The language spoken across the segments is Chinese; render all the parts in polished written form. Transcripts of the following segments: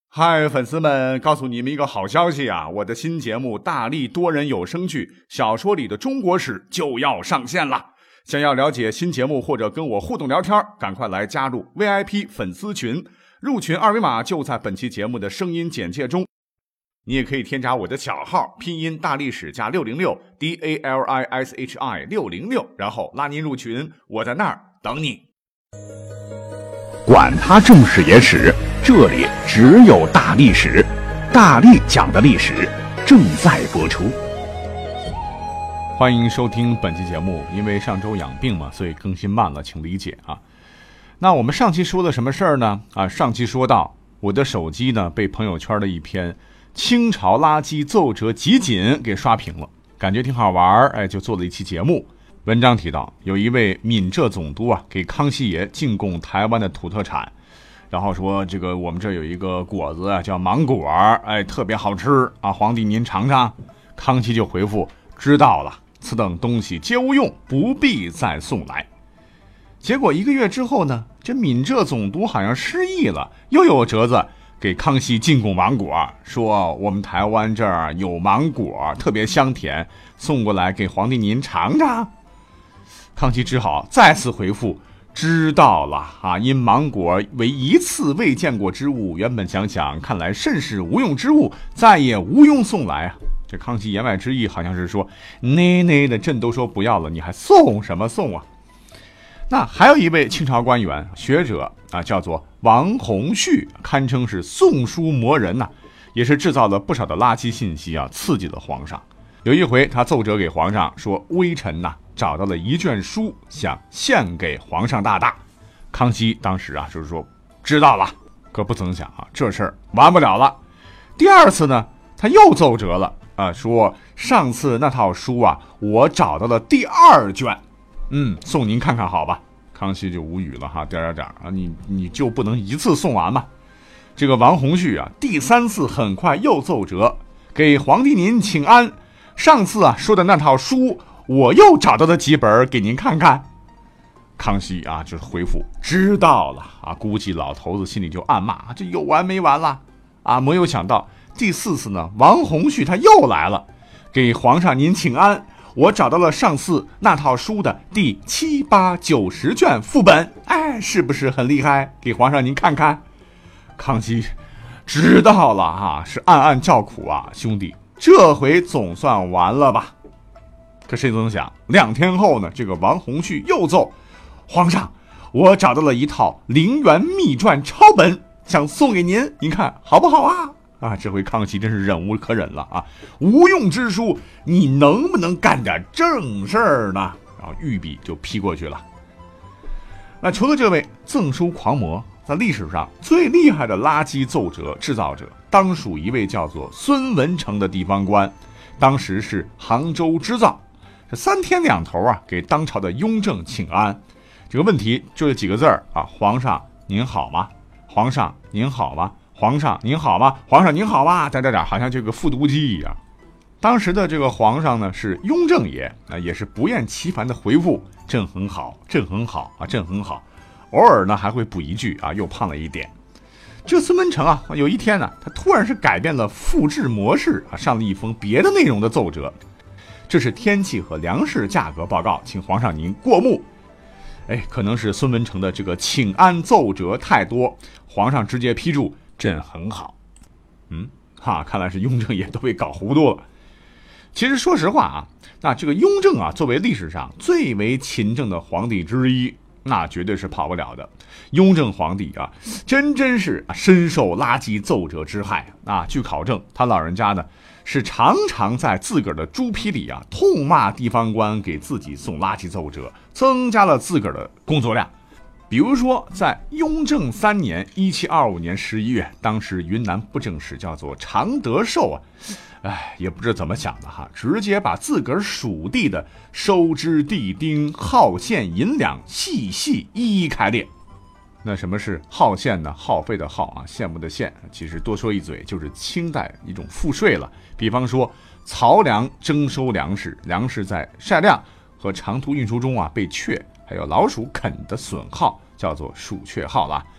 嗨，粉丝们，告诉你们一个好消息啊！我的新节目《大力多人有声剧小说里的中国史》就要上线了。想要了解新节目或者跟我互动聊天，赶快来加入 VIP 粉丝群，入群二维码就在本期节目的声音简介中。你也可以添加我的小号，拼音大历史加606 DALISHI 606，然后拉您入群，我在那儿等你。 管他正史野史，这里只有大历史，大力讲的历史正在播出。 欢迎收听本期节目，因为上周养病嘛，所以更新慢了，请理解啊。那我们上期说了什么事儿呢？上期说到我的手机呢被朋友圈的一篇清朝垃圾奏折集锦给刷屏了，感觉挺好玩，就做了一期节目。文章提到有一位闽浙总督给康熙爷进贡台湾的土特产，然后说这个我们这有一个果子叫芒果，特别好吃啊，皇帝您尝尝。康熙就回复知道了，此等东西皆无用，不必再送来。结果1个月之后呢，这闽浙总督好像失忆了，又有折子给康熙进贡芒果，说我们台湾这儿有芒果特别香甜，送过来给皇帝您尝尝。康熙只好再次回复知道了因芒果为一次未见过之物，原本想想看来甚是无用之物，再也无用送来。这康熙言外之意好像是说内的朕都说不要了，你还送什么送啊？那还有一位清朝官员学者叫做王洪绪，堪称是送书魔人也是制造了不少的垃圾信息刺激了皇上。有一回他奏折给皇上说，微臣找到了一卷书，想献给皇上大大。康熙当时就是说知道了，可不曾想这事儿完不了了。第二次呢，他又奏折了说上次那套书我找到了第2卷，送您看看好吧。康熙就无语了你就不能一次送完吗？这个王洪绪第3次很快又奏折给皇帝您请安，上次说的那套书我又找到了几本给您看看。康熙就回复知道了估计老头子心里就暗骂这有完没完了没有想到第4次呢，王洪绪他又来了，给皇上您请安，我找到了上次那套书的第7、8、9、10卷副本，是不是很厉害？给皇上您看看。康熙知道了是暗暗叫苦兄弟，这回总算完了吧。可谁曾想2天后呢，这个王洪绪又奏皇上，我找到了一套陵园秘传抄本，想送给您，您看好不好这回康熙真是忍无可忍了无用之书，你能不能干点正事儿呢？然后御笔就批过去了。那除了这位赠书狂魔，在历史上最厉害的垃圾奏折制造者，当属一位叫做孙文成的地方官，当时是杭州织造，这3天2头给当朝的雍正请安。这个问题就这几个字皇上您好吗？皇上您好吗？皇上您好吗？皇上您好吗？好像这个复读机一样。当时的这个皇上呢是雍正爷，也是不厌其烦的回复朕很好，朕很好朕很好，偶尔呢还会补一句又胖了一点。这孙文成有一天呢，他突然是改变了复制模式上了一封别的内容的奏折，这是天气和粮食价格报告，请皇上您过目。可能是孙文成的这个请安奏折太多，皇上直接批注朕很好。看来是雍正爷都被搞糊涂了。其实说实话那这个雍正作为历史上最为勤政的皇帝之一，那绝对是跑不了的。雍正皇帝真是深受垃圾奏折之害据考证，他老人家呢是常常在自个儿的猪皮里痛骂地方官给自己送垃圾奏折，增加了自个儿的工作量。比如说在雍正3年1725年11月，当时云南布政使叫做常德寿也不知道怎么想的直接把自个儿属地的收支地丁号线银两细一一开列。那什么是号线呢？耗费的耗羡慕的羡，其实多说一嘴就是清代一种赋税了。比方说漕粮征收粮食，粮食在晒量和长途运输中被雀还有老鼠啃的损耗叫做鼠雀号了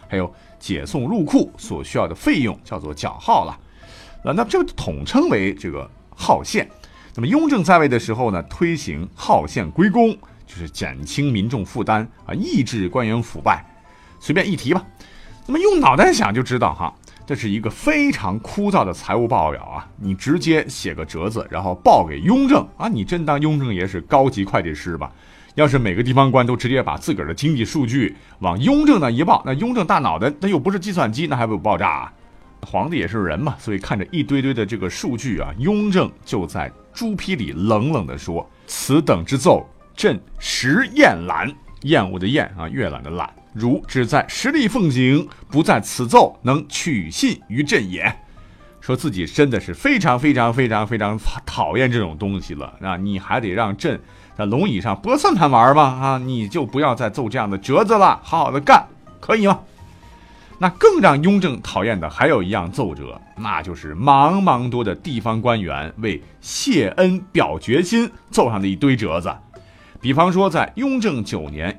还有解送入库所需要的费用叫做缴号了。那这个统称为这个号县。那么雍正在位的时候呢，推行号县归公，就是减轻民众负担啊，抑制官员腐败。随便一提吧。那么用脑袋想就知道哈，这是一个非常枯燥的财务报表啊，你直接写个折子，然后报给雍正啊，你真当雍正爷是高级会计师吧？要是每个地方官都直接把自个儿的经济数据往雍正那一报，那雍正大脑袋那又不是计算机，那还不爆炸啊？皇帝也是人嘛，所以看着一堆堆的这个数据啊，雍正就在朱批里冷冷地说：“此等之奏，朕实厌懒。”厌恶的厌啊，阅览的懒。如只在实力奉行，不在此奏能取信于朕也。说自己真的是非常讨厌这种东西了啊！你还得让朕在龙椅上拨算盘玩吗？啊，你就不要再奏这样的折子了，好好的干，可以吗？那更让雍正讨厌的还有一样奏折，那就是茫茫多的地方官员为谢恩表决心奏上的一堆折子。比方说在雍正9年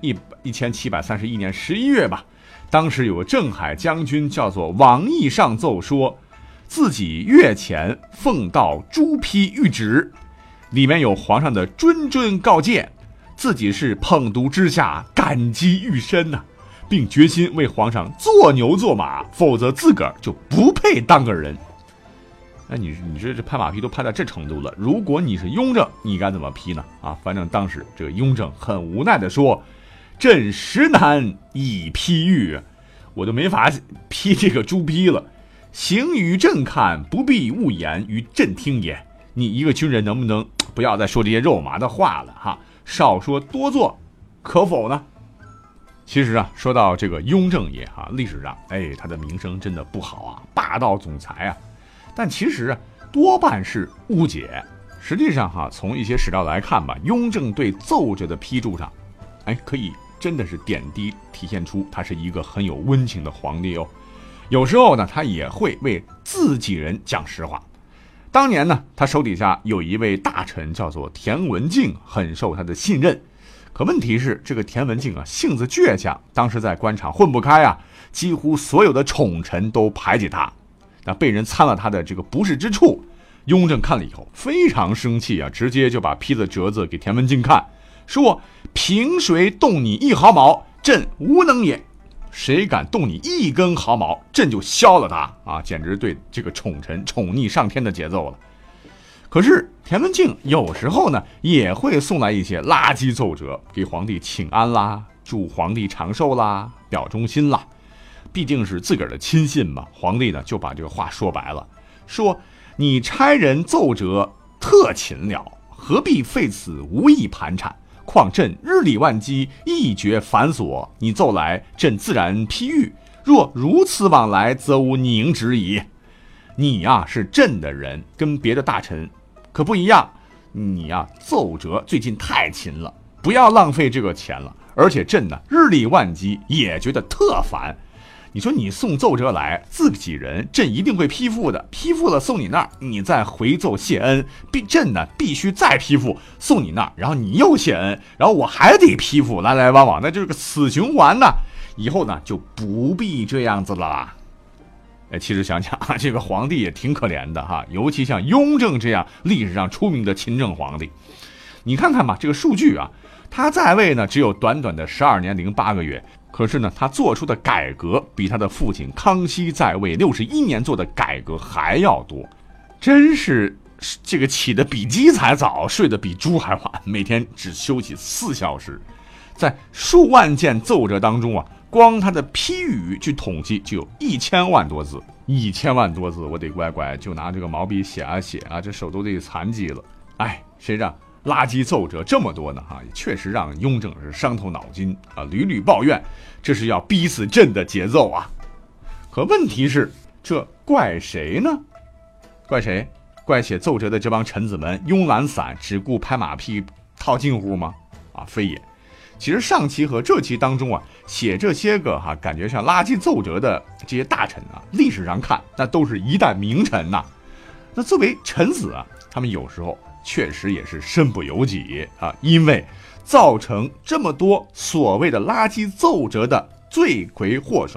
1731年11月吧，当时有个镇海将军叫做王毅上奏说，自己月前奉到朱批谕旨，里面有皇上的谆告诫，自己是捧读之下感激愈深呐，并决心为皇上做牛做马，否则自个儿就不配当个人。那你这拍马屁都拍到这程度了，如果你是雍正，你该怎么批呢？啊，反正当时这个雍正很无奈的说：“朕实难以批谕，我都没法批这个朱批了。行于朕看，不必勿言于朕听也。你一个军人能不能不要再说这些肉麻的话了哈？少说多做，可否呢？”其实啊，说到这个雍正爷啊，历史上他的名声真的不好啊，霸道总裁啊。但其实啊，多半是误解。实际上哈，从一些史料来看吧，雍正对奏折的批注上，可以真的是点滴体现出他是一个很有温情的皇帝哦。有时候呢，他也会为自己人讲实话。当年呢，他手底下有一位大臣叫做田文镜，很受他的信任。可问题是，这个田文镜啊，性子倔强，当时在官场混不开啊，几乎所有的宠臣都排挤他。那被人参了他的这个不是之处，雍正看了以后非常生气啊，直接就把批的折子给田文镜看，说：“凭谁动你1毫毛，朕无能也。谁敢动你1根毫毛，朕就削了他啊！”简直对这个宠臣宠溺上天的节奏了。可是田文镜有时候呢，也会送来一些垃圾奏折，给皇帝请安啦，祝皇帝长寿啦，表忠心啦。毕竟是自个儿的亲信嘛，皇帝呢就把这个话说白了，说你差人奏折特勤了，何必费此无益盘缠？况朕日理万机，一决繁琐，你奏来，朕自然批谕。若如此往来，则无宁止矣。你呀是朕的人，跟别的大臣可不一样。你呀奏折最近太勤了，不要浪费这个钱了。而且朕呢日理万机，也觉得特烦。你说你送奏折来，自己人朕一定会批复的，批复了送你那儿，你再回奏谢恩，朕呢必须再批复送你那儿，然后你又谢恩，然后我还得批复，来来往往，那就是个死循环呢。以后呢就不必这样子了啦。其实想想这个皇帝也挺可怜的哈，尤其像雍正这样历史上出名的勤政皇帝，你看看吧，这个数据啊，他在位呢只有短短的12年08个月。可是呢，他做出的改革比他的父亲康熙在位61年做的改革还要多，真是这个起得比鸡才早，睡得比猪还晚，每天只休息4小时。在数万件奏折当中啊，光他的批语去统计就有1000万多字，1000万多字，我得乖就拿这个毛笔写啊，这手都得残疾了。谁让垃圾奏折这么多呢？也确实让雍正是伤透脑筋啊，屡屡抱怨，这是要逼死朕的节奏啊。可问题是，这怪谁呢？怪谁？怪写奏折的这帮臣子们慵懒散，只顾拍马屁套近乎吗？非也。其实上期和这期当中啊，写这些个感觉像垃圾奏折的这些大臣啊，历史上看那都是一代名臣呐。那作为臣子啊，他们有时候确实也是身不由己啊，因为造成这么多所谓的垃圾奏折的罪魁祸首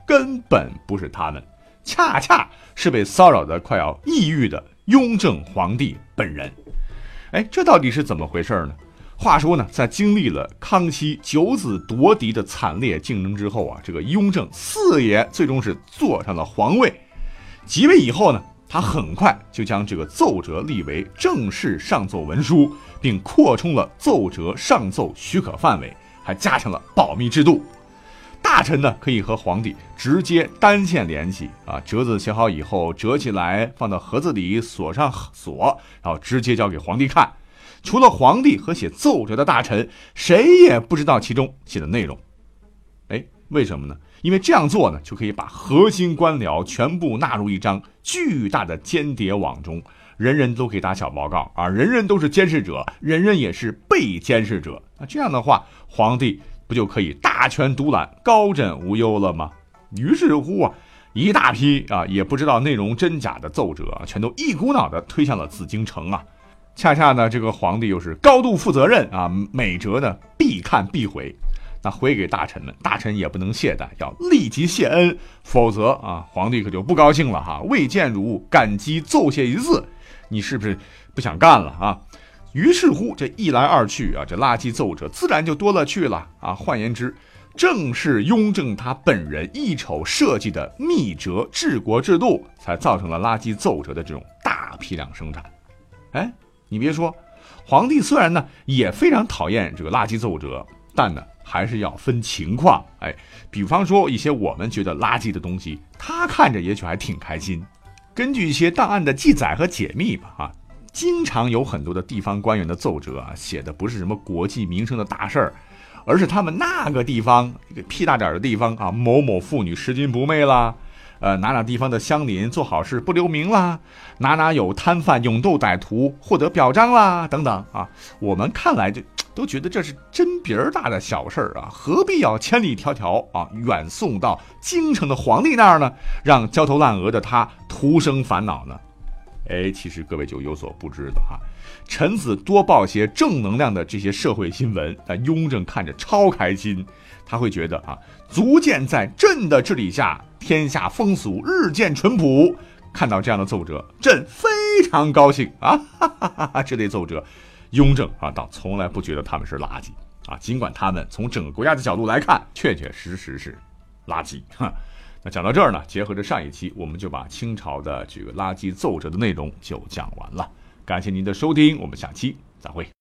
根本不是他们，恰恰是被骚扰的快要抑郁的雍正皇帝本人。这到底是怎么回事呢？话说呢，在经历了康熙9子夺嫡的惨烈竞争之后啊，这个雍正4爷最终是坐上了皇位。即位以后呢，他很快就将这个奏折立为正式上奏文书，并扩充了奏折上奏许可范围，还加强了保密制度。大臣呢可以和皇帝直接单线联系啊，折子写好以后折起来放到盒子里锁上锁，然后直接交给皇帝看。除了皇帝和写奏折的大臣，谁也不知道其中写的内容。为什么呢？因为这样做呢，就可以把核心官僚全部纳入一张巨大的间谍网中，人人都可以打小报告啊，人人都是监视者，人人也是被监视者。那这样的话，皇帝不就可以大权独揽，高枕无忧了吗？于是乎啊，一大批也不知道内容真假的奏折全都一股脑的推向了紫禁城啊。恰恰呢，这个皇帝又是高度负责任啊，每折呢必看必回。那回给大臣们，大臣也不能懈怠，要立即谢恩，否则皇帝可就不高兴了哈。未见汝感激奏谢一字，你是不是不想干了啊？于是乎，这一来二去这垃圾奏折自然就多了去了啊。换言之，正是雍正他本人一手设计的密折治国制度，才造成了垃圾奏折的这种大批量生产。你别说，皇帝虽然呢也非常讨厌这个垃圾奏折，但呢还是要分情况。比方说一些我们觉得垃圾的东西，他看着也许还挺开心。根据一些档案的记载和解密吧，经常有很多的地方官员的奏折写的不是什么国计民生的大事儿，而是他们那个地方一个屁大点的地方某某妇女拾金不昧啦，哪地方的乡邻做好事不留名啦，哪有摊贩勇斗歹徒获得表彰啦，等等我们看来就都觉得这是针鼻儿大的小事儿何必要千里迢迢远送到京城的皇帝那儿呢？让焦头烂额的他徒生烦恼呢？其实各位就有所不知的臣子多报些正能量的这些社会新闻，雍正看着超开心，他会觉得足见在朕的治理下，天下风俗日渐淳朴。看到这样的奏折，朕非常高兴这类奏折，雍正倒从来不觉得他们是垃圾尽管他们从整个国家的角度来看，确确实实是垃圾那讲到这儿呢，结合着上一期，我们就把清朝的这个垃圾奏折的内容就讲完了。感谢您的收听，我们下期再会。